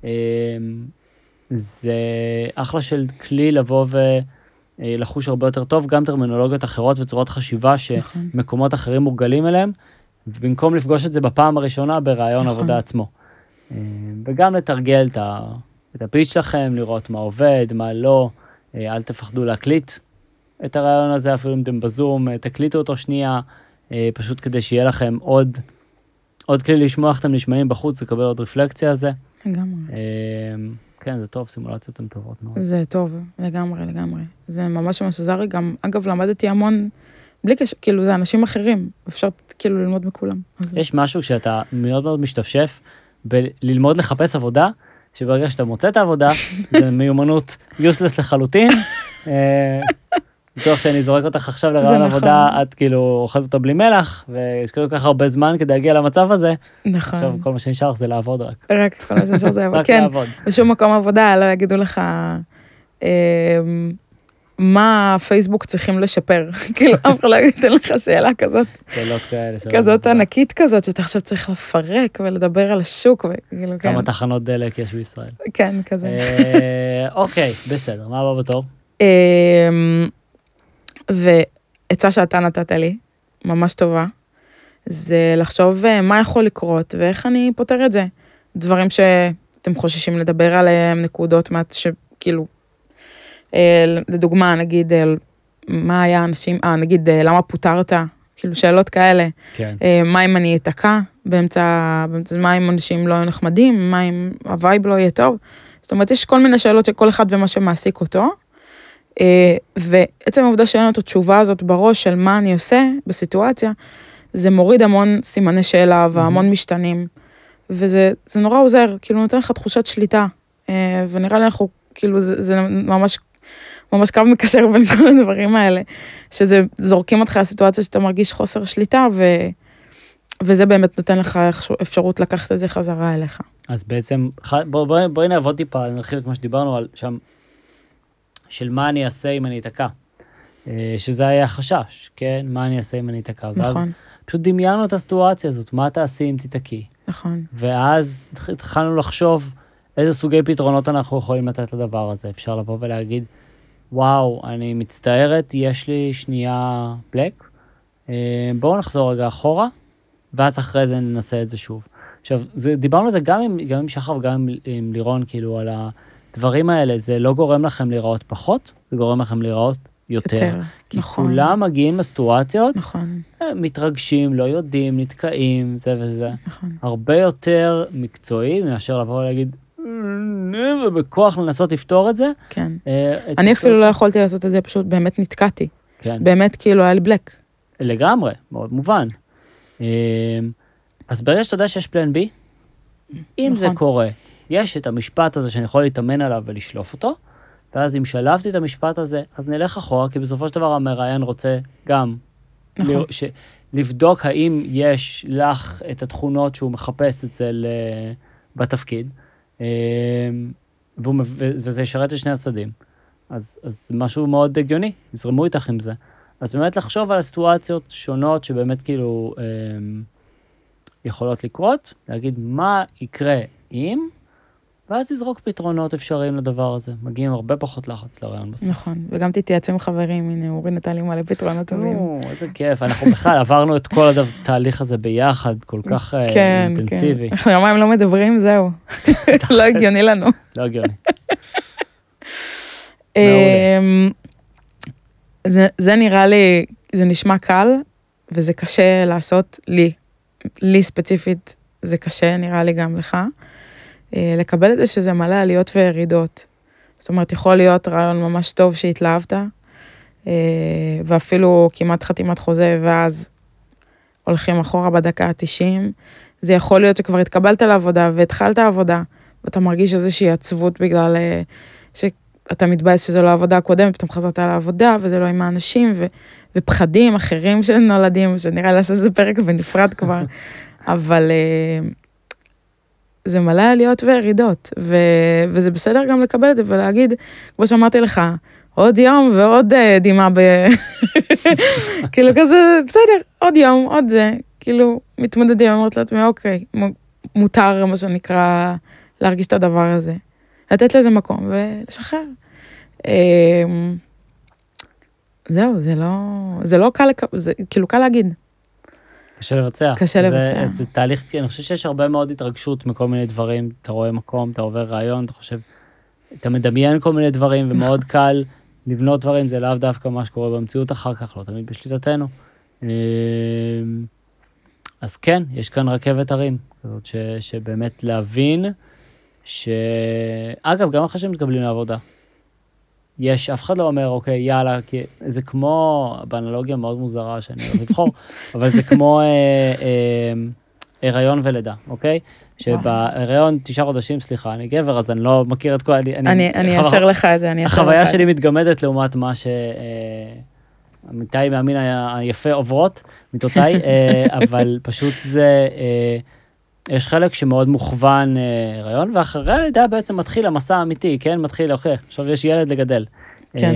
זה אחלה של כלי לבוא ולחוש הרבה יותר טוב, גם טרמינולוגיות אחרות וצורות חשיבה שמקומות אחרים מורגלים אליהם, ובמקום לפגוש את זה בפעם הראשונה ברעיון עבודה עצמו. וגם לתרגל את ה... את הפיץ' שלכם, לראות מה עובד, מה לא, אל תפחדו להקליט את הרעיון הזה, אפילו אם אתם בזום, תקליטו אותו שנייה, פשוט כדי שיהיה לכם עוד, עוד כלי לשמוע איך אתם נשמעים בחוץ, לקבל עוד רפלקציה הזה. לגמרי. כן, זה טוב, סימולציות הן טובות מאוד. זה טוב, לגמרי, לגמרי. זה ממש ממש עזר לי, גם, אגב, למדתי המון, בלי קשר, כאילו, זה אנשים אחרים, אפשר כאילו ללמוד מכולם. יש משהו שאתה מאוד מאוד משתפשף, בללמוד לחפש עבודה, שברגע שאתה מוצא את העבודה, זה מיומנות יוסלס לחלוטין. בטוח שאני זורק אותך עכשיו לרעיון עבודה, את כאילו אוכלת אותה בלי מלח, ויש כל כך הרבה זמן כדי להגיע למצב הזה. נכון. עכשיו כל מה שנשאר זה לעבוד רק. רק כל מה שנשאר זה לעבוד. כן, בשום מקום עבודה לא יגידו לך, מה פייסבוק צריכים לשפר. כאילו, אף אחד לא ייתן לך שאלה כזאת. שאלות כאלה. כזאת ענקית כזאת, שאתה עכשיו צריך לפרק ולדבר על השוק. כמה תחנות דלק יש בישראל. כן, כזה. אוקיי, בסדר, מה הבא בתור? ועצה שאתה נתת לי, ממש טובה, זה לחשוב מה יכול לקרות, ואיך אני פותר את זה. דברים שאתם חוששים לדבר עליהם, נקודות שכאילו, לדוגמה, נגיד, מה היה אנשים, אה, נגיד, למה פותרת? כאילו, שאלות כאלה. כן. מה אם אני אתקע באמצע, מה אם אנשים לא יהיו נחמדים, מה אם הווייב לא יהיה טוב? זאת אומרת, יש כל מיני שאלות שכל אחד ומה שמעסיק אותו, ועצם העובדה שאין אותו תשובה הזאת בראש של מה אני עושה בסיטואציה, זה מוריד המון סימני שאלה והמון משתנים, וזה זה נורא עוזר, כאילו נותן לך תחושת שליטה, ונראה לי אנחנו, כאילו זה, זה ממש, ממש קו מקשר בין כל הדברים האלה, שזה זורקים אותך לסיטואציה שאתה מרגיש חוסר שליטה, ו, וזה באמת נותן לך אפשרות לקחת את זה חזרה אליך. אז בעצם, בואי בוא, בוא נעבוד טיפה, נרחיב את מה שדיברנו על שם, של מה אני אעשה אם אני אתקע. שזה היה חשש, כן? מה אני אעשה אם אני אתקע? נכון. ואז פשוט דמיינו את הסיטואציה הזאת, מה תעשי אם תתקעי? נכון. ואז התחלנו לחשוב איזה סוגי פתרונות אנחנו יכולים לתת לדבר הזה. אפשר לבוא ולהגיד, וואו, אני מצטערת, יש לי שנייה בלק, בואו נחזור רגע אחורה, ואז אחרי זה ננסה את זה שוב. עכשיו, זה, דיברנו על זה גם עם, גם עם שחר וגם עם, עם לירון, כאילו, על הדברים האלה, זה לא גורם לכם לראות פחות, זה גורם לכם לראות יותר. יותר, כי נכון. כי כולם מגיעים לסיטואציות, נכון. מתרגשים, לא יודעים, נתקעים, זה וזה. נכון. הרבה יותר מקצועי, מאשר לבוא ולהגיד, ובכוח לנסות לפתור את זה. כן. אני אפילו לא יכולתי לעשות את זה, פשוט באמת נתקעתי. כן. באמת כאילו היה לי בלק. לגמרי, מאוד מובן. אז ברגע שאתה יודע שיש פלן בי, אם זה קורה, יש את המשפט הזה שאני יכול להתאמן עליו ולשלוף אותו, ואז אם שלפתי את המשפט הזה, אז נלך אחורה, כי בסופו של דבר המראיין רוצה גם לבדוק האם יש לך את התכונות שהוא מחפש אצל בתפקיד, וזה ישרת את שני הצדדים. אז זה משהו מאוד הגיוני, יזרמו איתך עם זה. אז באמת לחשוב על הסיטואציות שונות שבאמת כאילו יכולות לקרות, להגיד מה יקרה אם, ואז לזרוק פתרונות אפשריים לדבר הזה. מגיעים הרבה פחות לחץ לרעיון בסוף. נכון, וגם תתייעצו עם חברים, הנה, אורי נתן לי מלא פתרונות טובים. נו, איזה כיף, אנחנו בכלל עברנו את כל התהליך הזה ביחד, כל כך אינטנסיבי. אנחנו יומיים לא מדברים, זהו. לא הגיוני לנו. לא הגיוני. זה נראה לי, זה נשמע קל, וזה קשה לעשות לי. לי ספציפית, זה קשה, נראה לי גם לך. לקבל את זה שזה מלא עליות וירידות. זאת אומרת, יכול להיות רעיון ממש טוב שהתלהבת, ואפילו כמעט חתימת חוזה, ואז הולכים אחורה בדקה ה-תשעים. זה יכול להיות שכבר התקבלת לעבודה, והתחלת העבודה, ואתה מרגיש איזושהי עצבות בגלל שאתה מתבאס שזו לא העבודה הקודמת, פתאום חזרת לעבודה, וזה לא עם האנשים, ו- ופחדים אחרים שנולדים, שנראה לעשות איזה פרק ונפרד כבר. אבל זה מלא עליות וירידות, ו- וזה בסדר גם לקבל את זה, ולהגיד, כמו שאמרתי לך, עוד יום ועוד דימה ב... כאילו כזה, בסדר, עוד יום, עוד זה, כאילו, מתמודדים, אמרת לעצמי, אוקיי, מותר, מה שנקרא, להרגיש את הדבר הזה. לתת לזה מקום ולשחרר. זהו, זה לא, זה לא קל, זה כאילו קל להגיד. קשה לבצע. קשה לבצע. זה תהליך, אני חושב שיש הרבה מאוד התרגשות מכל מיני דברים, אתה רואה מקום, אתה עובר רעיון, אתה חושב, אתה מדמיין כל מיני דברים, ומאוד קל לבנות דברים, זה לאו דווקא מה שקורה במציאות אחר כך, לא תמיד בשליטתנו. אז כן, יש כאן רכבת הרים, זאת שבאמת להבין, שאגב, גם אחרי שהם מתקבלים לעבודה, יש, אף אחד לא אומר, אוקיי, יאללה, כי זה כמו, באנלוגיה מאוד מוזרה שאני הולך לבחור, אבל זה כמו אה, אה, הריון ולידה, אוקיי? שבהריון תשעה חודשים, סליחה, אני גבר, אז אני לא מכיר את כל... אני, אני, אני אשר לך את זה, אני אשר לך. החוויה שלי מתגמדת לעומת מה ש... עמיתיי מהמין היפה עוברות, מיתותיי, אבל פשוט זה... יש חלק שמאוד מוכוון רעיון, ואחרי הלידה בעצם מתחיל המסע האמיתי, כן? מתחיל, אוקיי, עכשיו יש ילד לגדל. כן.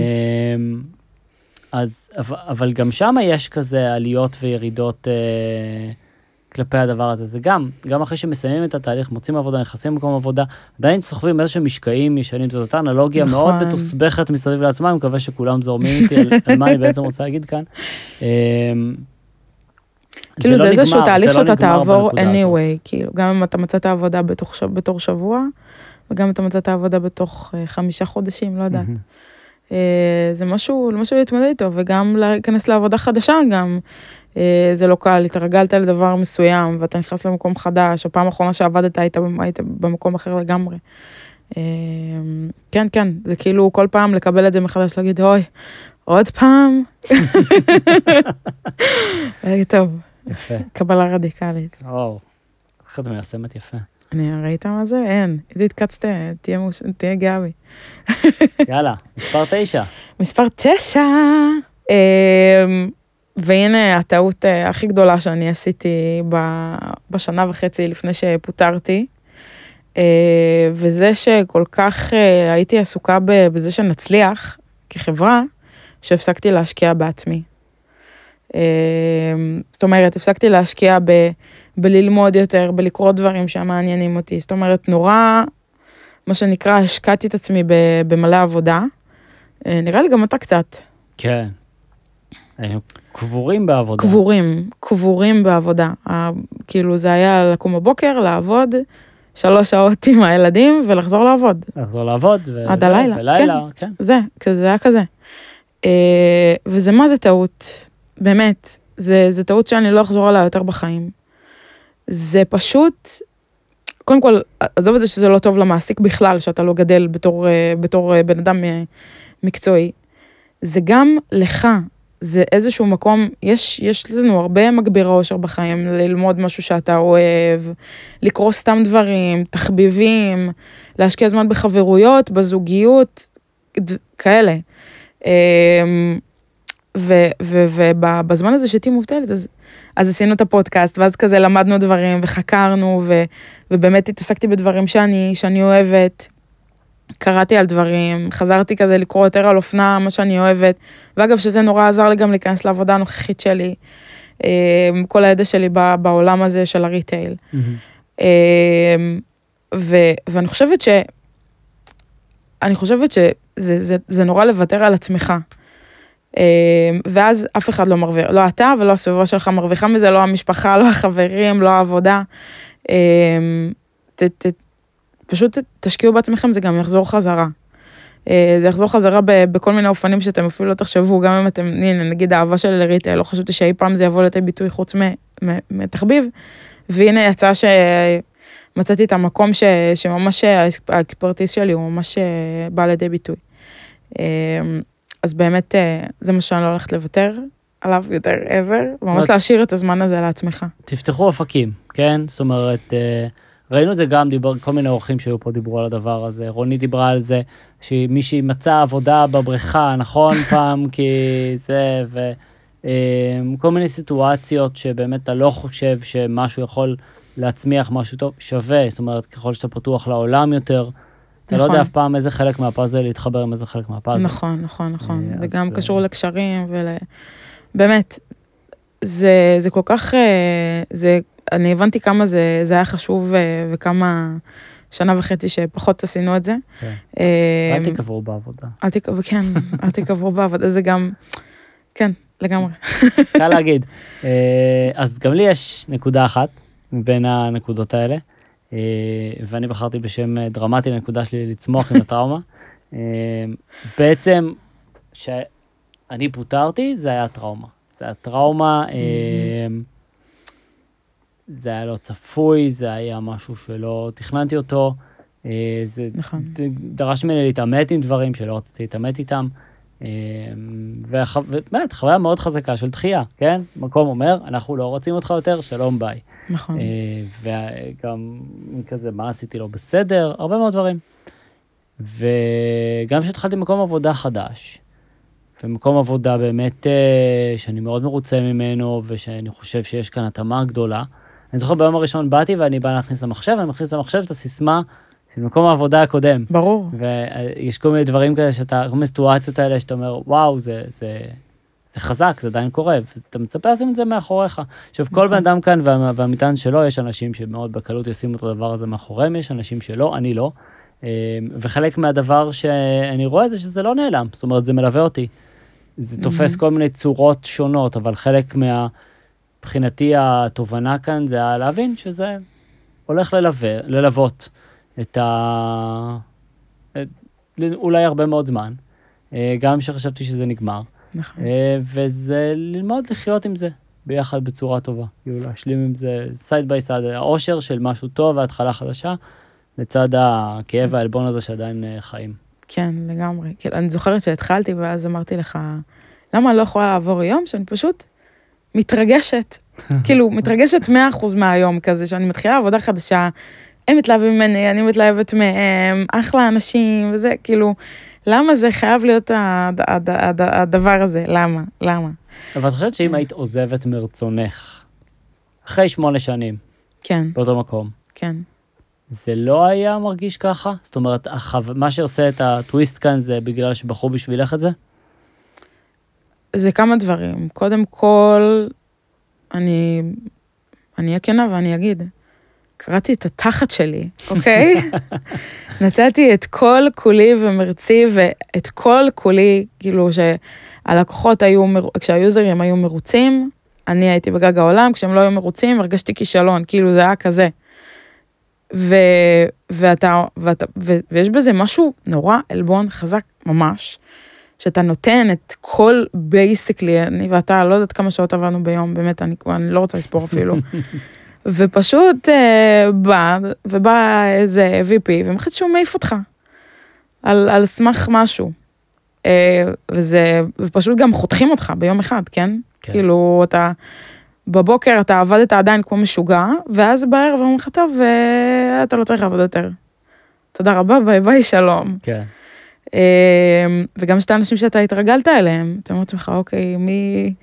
אז, אבל גם שם יש כזה עליות וירידות כלפי הדבר הזה. זה גם, גם אחרי שמסיימים את התהליך, מוצאים עבודה, נכנסים במקום עבודה, עדיין סוחבים איזשהם משקעים ישנים, זאת אותה אנלוגיה מאוד מתוסבכת מסביב לעצמה, אני מקווה שכולם זורמים איתי על מה אני בעצם רוצה להגיד כאן. כאילו זה איזשהו תהליך שאתה תעבור anyway, כאילו, גם אם אתה מצאת העבודה בתור שבוע, וגם אם אתה מצאת העבודה בתוך חמישה חודשים, לא יודעת. זה משהו, משהו להתמודד איתו, וגם להיכנס לעבודה חדשה גם, זה לא קל, התרגלת לדבר מסוים, ואתה נכנס למקום חדש, הפעם האחרונה שעבדת היית, היית במקום אחר לגמרי. כן, כן, זה כאילו כל פעם לקבל את זה מחדש, להגיד, אוי, עוד פעם. טוב. יפה. קבלה רדיקלית. וואו, איך את מיישמת יפה. אני ראית מה זה? אין. תתקצת, תהיה גאה בי. יאללה, מספר תשע. מספר תשע. והנה הטעות הכי גדולה שאני עשיתי בשנה וחצי לפני שפוטרתי, וזה שכל כך הייתי עסוקה בזה שנצליח כחברה, שהפסקתי להשקיע בעצמי. זאת אומרת, הפסקתי להשקיע ב, בללמוד יותר, בלקרוא דברים שמעניינים אותי. זאת אומרת, נורא, מה שנקרא, השקעתי את עצמי במלא עבודה. נראה לי גם אתה קצת. כן. היינו קבורים בעבודה. קבורים, קבורים בעבודה. כאילו זה היה לקום בבוקר, לעבוד, שלוש שעות עם הילדים ולחזור לעבוד. לחזור לעבוד. עד הלילה. ולילה, כן. זה, זה היה כזה. וזה מה זה טעות. באמת, זה, זה טעות שאני לא אחזור עליה יותר בחיים. זה פשוט, קודם כל, עזוב את זה שזה לא טוב למעסיק בכלל, שאתה לא גדל בתור, בתור בן אדם מקצועי. זה גם לך, זה איזשהו מקום, יש, יש לנו הרבה מגבירי אושר בחיים, ללמוד משהו שאתה אוהב, לקרוא סתם דברים, תחביבים, להשקיע זמן בחברויות, בזוגיות, כאלה. ובזמן הזה שהייתי מובטלת, אז, אז עשינו את הפודקאסט, ואז כזה למדנו דברים וחקרנו, ו, ובאמת התעסקתי בדברים שאני, שאני אוהבת, קראתי על דברים, חזרתי כזה לקרוא יותר על אופנה, מה שאני אוהבת, ואגב שזה נורא עזר לי גם להיכנס לעבודה הנוכחית שלי, כל הידע שלי בעולם הזה של הריטייל. Mm-hmm. ו, ואני חושבת ש, אני חושבת שזה זה, זה נורא לוותר על עצמך. ואז אף אחד לא מרוויח, לא אתה ולא הסביבה שלך מרוויחה מזה, לא המשפחה, לא החברים, לא העבודה. ת, ת, פשוט תשקיעו בעצמכם, זה גם יחזור חזרה. זה יחזור חזרה בכל מיני אופנים שאתם אפילו לא תחשבו, גם אם אתם, הנה, נגיד האהבה של לריטייל, לא חשבתי שאי פעם זה יבוא לידי ביטוי חוץ מתחביב, והנה יצא שמצאתי את המקום ש, שממש האקספרטיז שלי הוא ממש בא לידי ביטוי. אז באמת זה מה שאני לא הולכת לוותר עליו יותר ever, ממש להשאיר את הזמן הזה לעצמך. תפתחו אופקים, כן? זאת אומרת, ראינו את זה גם, דיבר, כל מיני אורחים שהיו פה דיברו על הדבר הזה, רוני דיברה על זה, שמישהי מצאה עבודה בבריכה, נכון? פעם, כי זה, וכל מיני סיטואציות שבאמת אתה לא חושב שמשהו יכול להצמיח משהו טוב, שווה, זאת אומרת, ככל שאתה פתוח לעולם יותר, אתה לא יודע אף פעם איזה חלק מהפאזל להתחבר עם איזה חלק מהפאזל. נכון, נכון, נכון. זה גם קשור לקשרים ול... באמת, זה, זה כל כך, זה, אני הבנתי כמה זה, זה היה חשוב וכמה שנה וחצי שפחות עשינו את זה. אל תקברו בעבודה. אל תקברו, כן, אל תקברו בעבודה, זה גם, כן, לגמרי. קל להגיד. אז גם לי יש נקודה אחת מבין הנקודות האלה. ואני בחרתי בשם דרמטי לנקודה שלי לצמוח עם הטראומה. בעצם, שאני פוטרתי, זה היה טראומה. זה היה טראומה, זה היה לא צפוי, זה היה משהו שלא תכננתי אותו, זה דרש ממני להתאמת עם דברים שלא רציתי להתאמת איתם, ובאמת, חוויה מאוד חזקה של דחייה, כן? מקום אומר, אנחנו לא רוצים אותך יותר, שלום ביי. נכון. וגם כזה, מה עשיתי לו בסדר, הרבה מאוד דברים. וגם שהתחלתי מקום עבודה חדש, ומקום עבודה באמת שאני מאוד מרוצה ממנו, ושאני חושב שיש כאן התאמה גדולה. אני זוכר ביום הראשון באתי, ואני בא להכניס למחשב, ואני מכניס למחשב את הסיסמה, של מקום העבודה הקודם. ברור. ויש כל מיני דברים כאלה, שאתה, כל מיני סיטואציות האלה, שאתה אומר, וואו, זה, זה, זה חזק, זה עדיין קורה, ואתה מצפה לשים את זה מאחוריך. עכשיו, כל בן אדם כאן, וה, והמטען שלו, יש אנשים שמאוד בקלות ישימו את הדבר הזה מאחוריהם, יש אנשים שלא, אני לא. וחלק מהדבר שאני רואה זה שזה לא נעלם, זאת אומרת, זה מלווה אותי. זה תופס כל מיני צורות שונות, אבל חלק מה, מבחינתי התובנה כאן, זה היה להבין שזה הולך ללווה, ללוות. את ה... אולי הרבה מאוד זמן, גם שחשבתי שזה נגמר, נכון. וזה ללמוד לחיות עם זה ביחד בצורה טובה, כאילו להשלים עם זה סייד ביי סייד, האושר של משהו טוב וההתחלה חדשה, לצד הכאב והעלבון הזה שעדיין חיים. כן, לגמרי. אני זוכרת שהתחלתי ואז אמרתי לך, למה אני לא יכולה לעבור יום שאני פשוט מתרגשת, כאילו מתרגשת מאה אחוז מהיום כזה, שאני מתחילה עבודה חדשה, הם מתלהבים ממני, אני מתלהבת מהם, אחלה אנשים, וזה, כאילו, למה זה חייב להיות הדבר הזה? למה? למה? אבל את חושבת שאם היית עוזבת מרצונך, אחרי שמונה שנים, כן. באותו מקום, כן. זה לא היה מרגיש ככה? זאת אומרת, מה שעושה את הטוויסט כאן זה בגלל שבחרו בשבילך את זה? זה כמה דברים. קודם כל, אני, אני אהיה כנה ואני אגיד, קראתי את התחת שלי, אוקיי? נתתי את כל כולי ומרצי, ואת כל כולי, כאילו שהלקוחות היו, כשהיוזרים היו מרוצים, אני הייתי בגג העולם, כשהם לא היו מרוצים, הרגשתי כישלון, כאילו זה היה כזה. ו, ואתה, ואתה, ו, ויש בזה משהו נורא עלבון, חזק ממש, שאתה נותן את כל בייסיקלי, אני ואתה לא יודעת כמה שעות עבדנו ביום, באמת, אני, אני לא רוצה לספור אפילו. ופשוט אה, בא, ובא איזה וי פי, ומחד שהוא מעיף אותך, על, על סמך משהו. אה, וזה, ופשוט גם חותכים אותך ביום אחד, כן? כן. כאילו, אתה, בבוקר אתה עבדת עדיין כמו משוגע, ואז בערב אומרים לך, טוב, ואתה לא צריך לעבוד יותר. תודה רבה, ביי ביי, שלום. כן. אה, וגם שתי אנשים שאתה התרגלת אליהם, אתה אומר לעצמך, אוקיי, מי...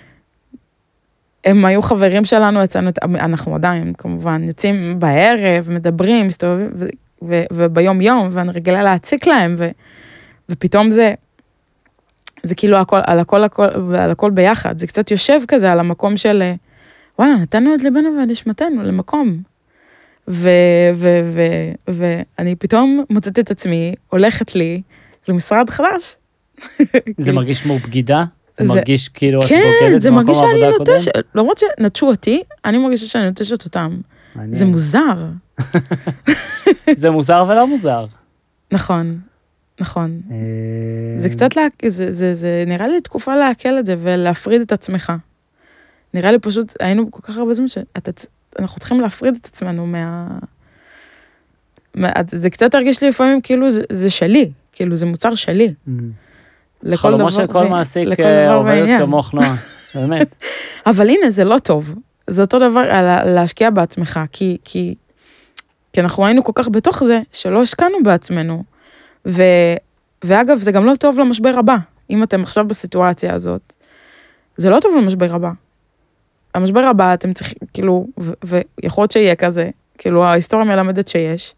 הם היו חברים שלנו, אצלנו, אנחנו עדיין, כמובן, יוצאים בערב, מדברים, מסתובבים, ו- ו- וביום יום, ואני רגילה להציק להם, ו- ופתאום זה, זה כאילו הכל, על הכל, הכל, על הכל ביחד, זה קצת יושב כזה על המקום של, וואלה, נתנו את ליבנו ונשמתנו למקום. ו- ו- ו- ואני פתאום מוצאת את עצמי, הולכת לי למשרד חדש. זה מרגיש כמו בגידה? זה זה, מרגיש כאילו כן, את בוגדת זה במקום העבודה הקודם? נוטש, למרות שנטשו אותי, אני מרגישה שאני נוטשת אותם. מעניין. זה מוזר. זה מוזר ולא מוזר. נכון, נכון. זה קצת, לה, זה, זה, זה נראה לי תקופה להקל את זה ולהפריד את עצמך. נראה לי פשוט, היינו כל כך הרבה זמן שאנחנו צריכים להפריד את עצמנו מה... מה זה קצת הרגיש לי לפעמים כאילו זה, זה שלי, כאילו זה מוצר שלי. לכל דבר, של כל מעסיק עובדת כמוך נועה, באמת. אבל הנה, זה לא טוב. זה אותו דבר להשקיע בעצמך, כי, כי, כי אנחנו היינו כל כך בתוך זה, שלא השקענו בעצמנו. ו, ואגב, זה גם לא טוב למשבר הבא. אם אתם עכשיו בסיטואציה הזאת, זה לא טוב למשבר הבא. המשבר הבא, אתם צריכים, כאילו, ו, ויכול להיות שיהיה כזה, כאילו, ההיסטוריה מלמדת שיש.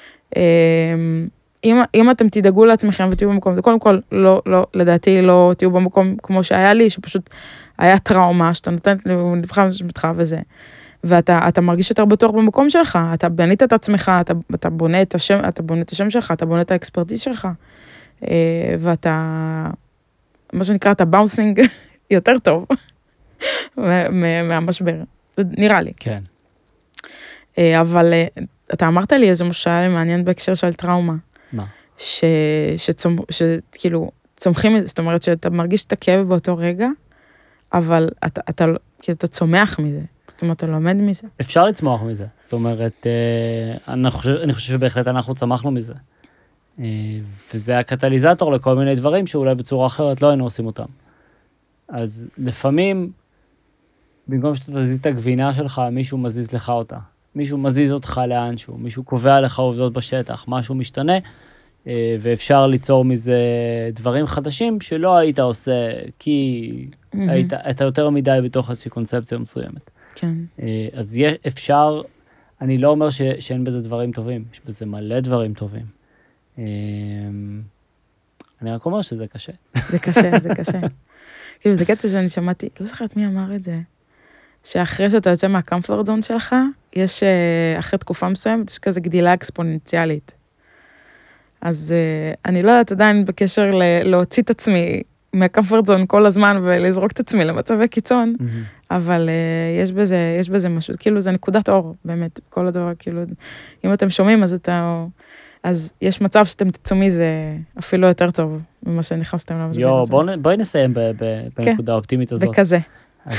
אם, אם אתם תדאגו לעצמכם ותהיו במקום, זה קודם כל, לא, לא, לדעתי לא תהיו במקום כמו שהיה לי, שפשוט היה טראומה, שאתה נותן לבחר משמתך וזה. ואתה אתה מרגיש יותר בטוח במקום שלך, אתה בנית את עצמך, אתה, אתה בונה את השם, אתה בונה את השם שלך, אתה בונה את האקספרטיז שלך, ואתה, מה שנקרא, אתה באונסינג יותר טוב מהמשבר, נראה לי. כן. אבל אתה אמרת לי איזה משהו שהיה לי מעניין בהקשר של טראומה. מה? ש, שצומ, שכאילו, צומחים, זאת אומרת שאתה מרגיש את הכאב באותו רגע, אבל אתה, אתה, כאילו, אתה צומח מזה. זאת אומרת, אתה לומד מזה. אפשר לצמוח מזה. זאת אומרת, אני חושב, אני חושב שבהחלט אנחנו צמחנו מזה. וזה הקטליזטור לכל מיני דברים שאולי בצורה אחרת לא היינו עושים אותם. אז לפעמים, במקום שאתה תזיז את הגבינה שלך, מישהו מזיז לך אותה. מישהו מזיז אותך לאנשהו, מישהו קובע לך עובדות בשטח, משהו משתנה, ואפשר ליצור מזה דברים חדשים שלא היית עושה, כי mm-hmm. היית, היית יותר מדי בתוך איזושהי קונספציה מסוימת. כן. אז אפשר, אני לא אומר ש, שאין בזה דברים טובים, יש בזה מלא דברים טובים. אני רק אומר שזה קשה. זה קשה, זה קשה. כאילו, זה קטע שאני שמעתי, לא זוכרת מי אמר את זה, שאחרי שאתה יוצא מהקומפורט זון שלך, יש, אחרי תקופה מסוימת, יש כזה גדילה אקספוננציאלית. אז אני לא יודעת עדיין בקשר להוציא את עצמי מהקומפורט זון כל הזמן, ולזרוק את עצמי למצבי קיצון, אבל יש בזה, יש בזה משהו, כאילו זה נקודת אור, באמת, כל הדבר, כאילו, אם אתם שומעים, אז אתה, אז יש מצב שאתם תצאו מזה אפילו יותר טוב, ממה שנכנסתם למשבר הזה. יו, בואי נסיים בנקודה האופטימית הזאת. וכזה. אז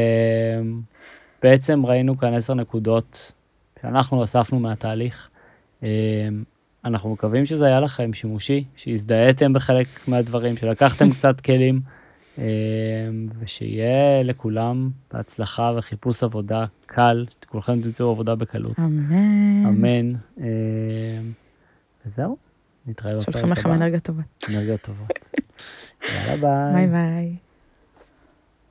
בעצם ראינו כאן עשר נקודות שאנחנו אספנו מהתהליך. אנחנו מקווים שזה היה לכם שימושי, שהזדהיתם בחלק מהדברים, שלקחתם קצת כלים, ושיהיה לכולם בהצלחה וחיפוש עבודה קל, שכולכם תמצאו עבודה בקלות. אמן. אמן. וזהו, נתראה בפרק הבא. שולחים לכם אנרגיה טובה. אנרגיה טובה. יאללה ביי. ביי ביי.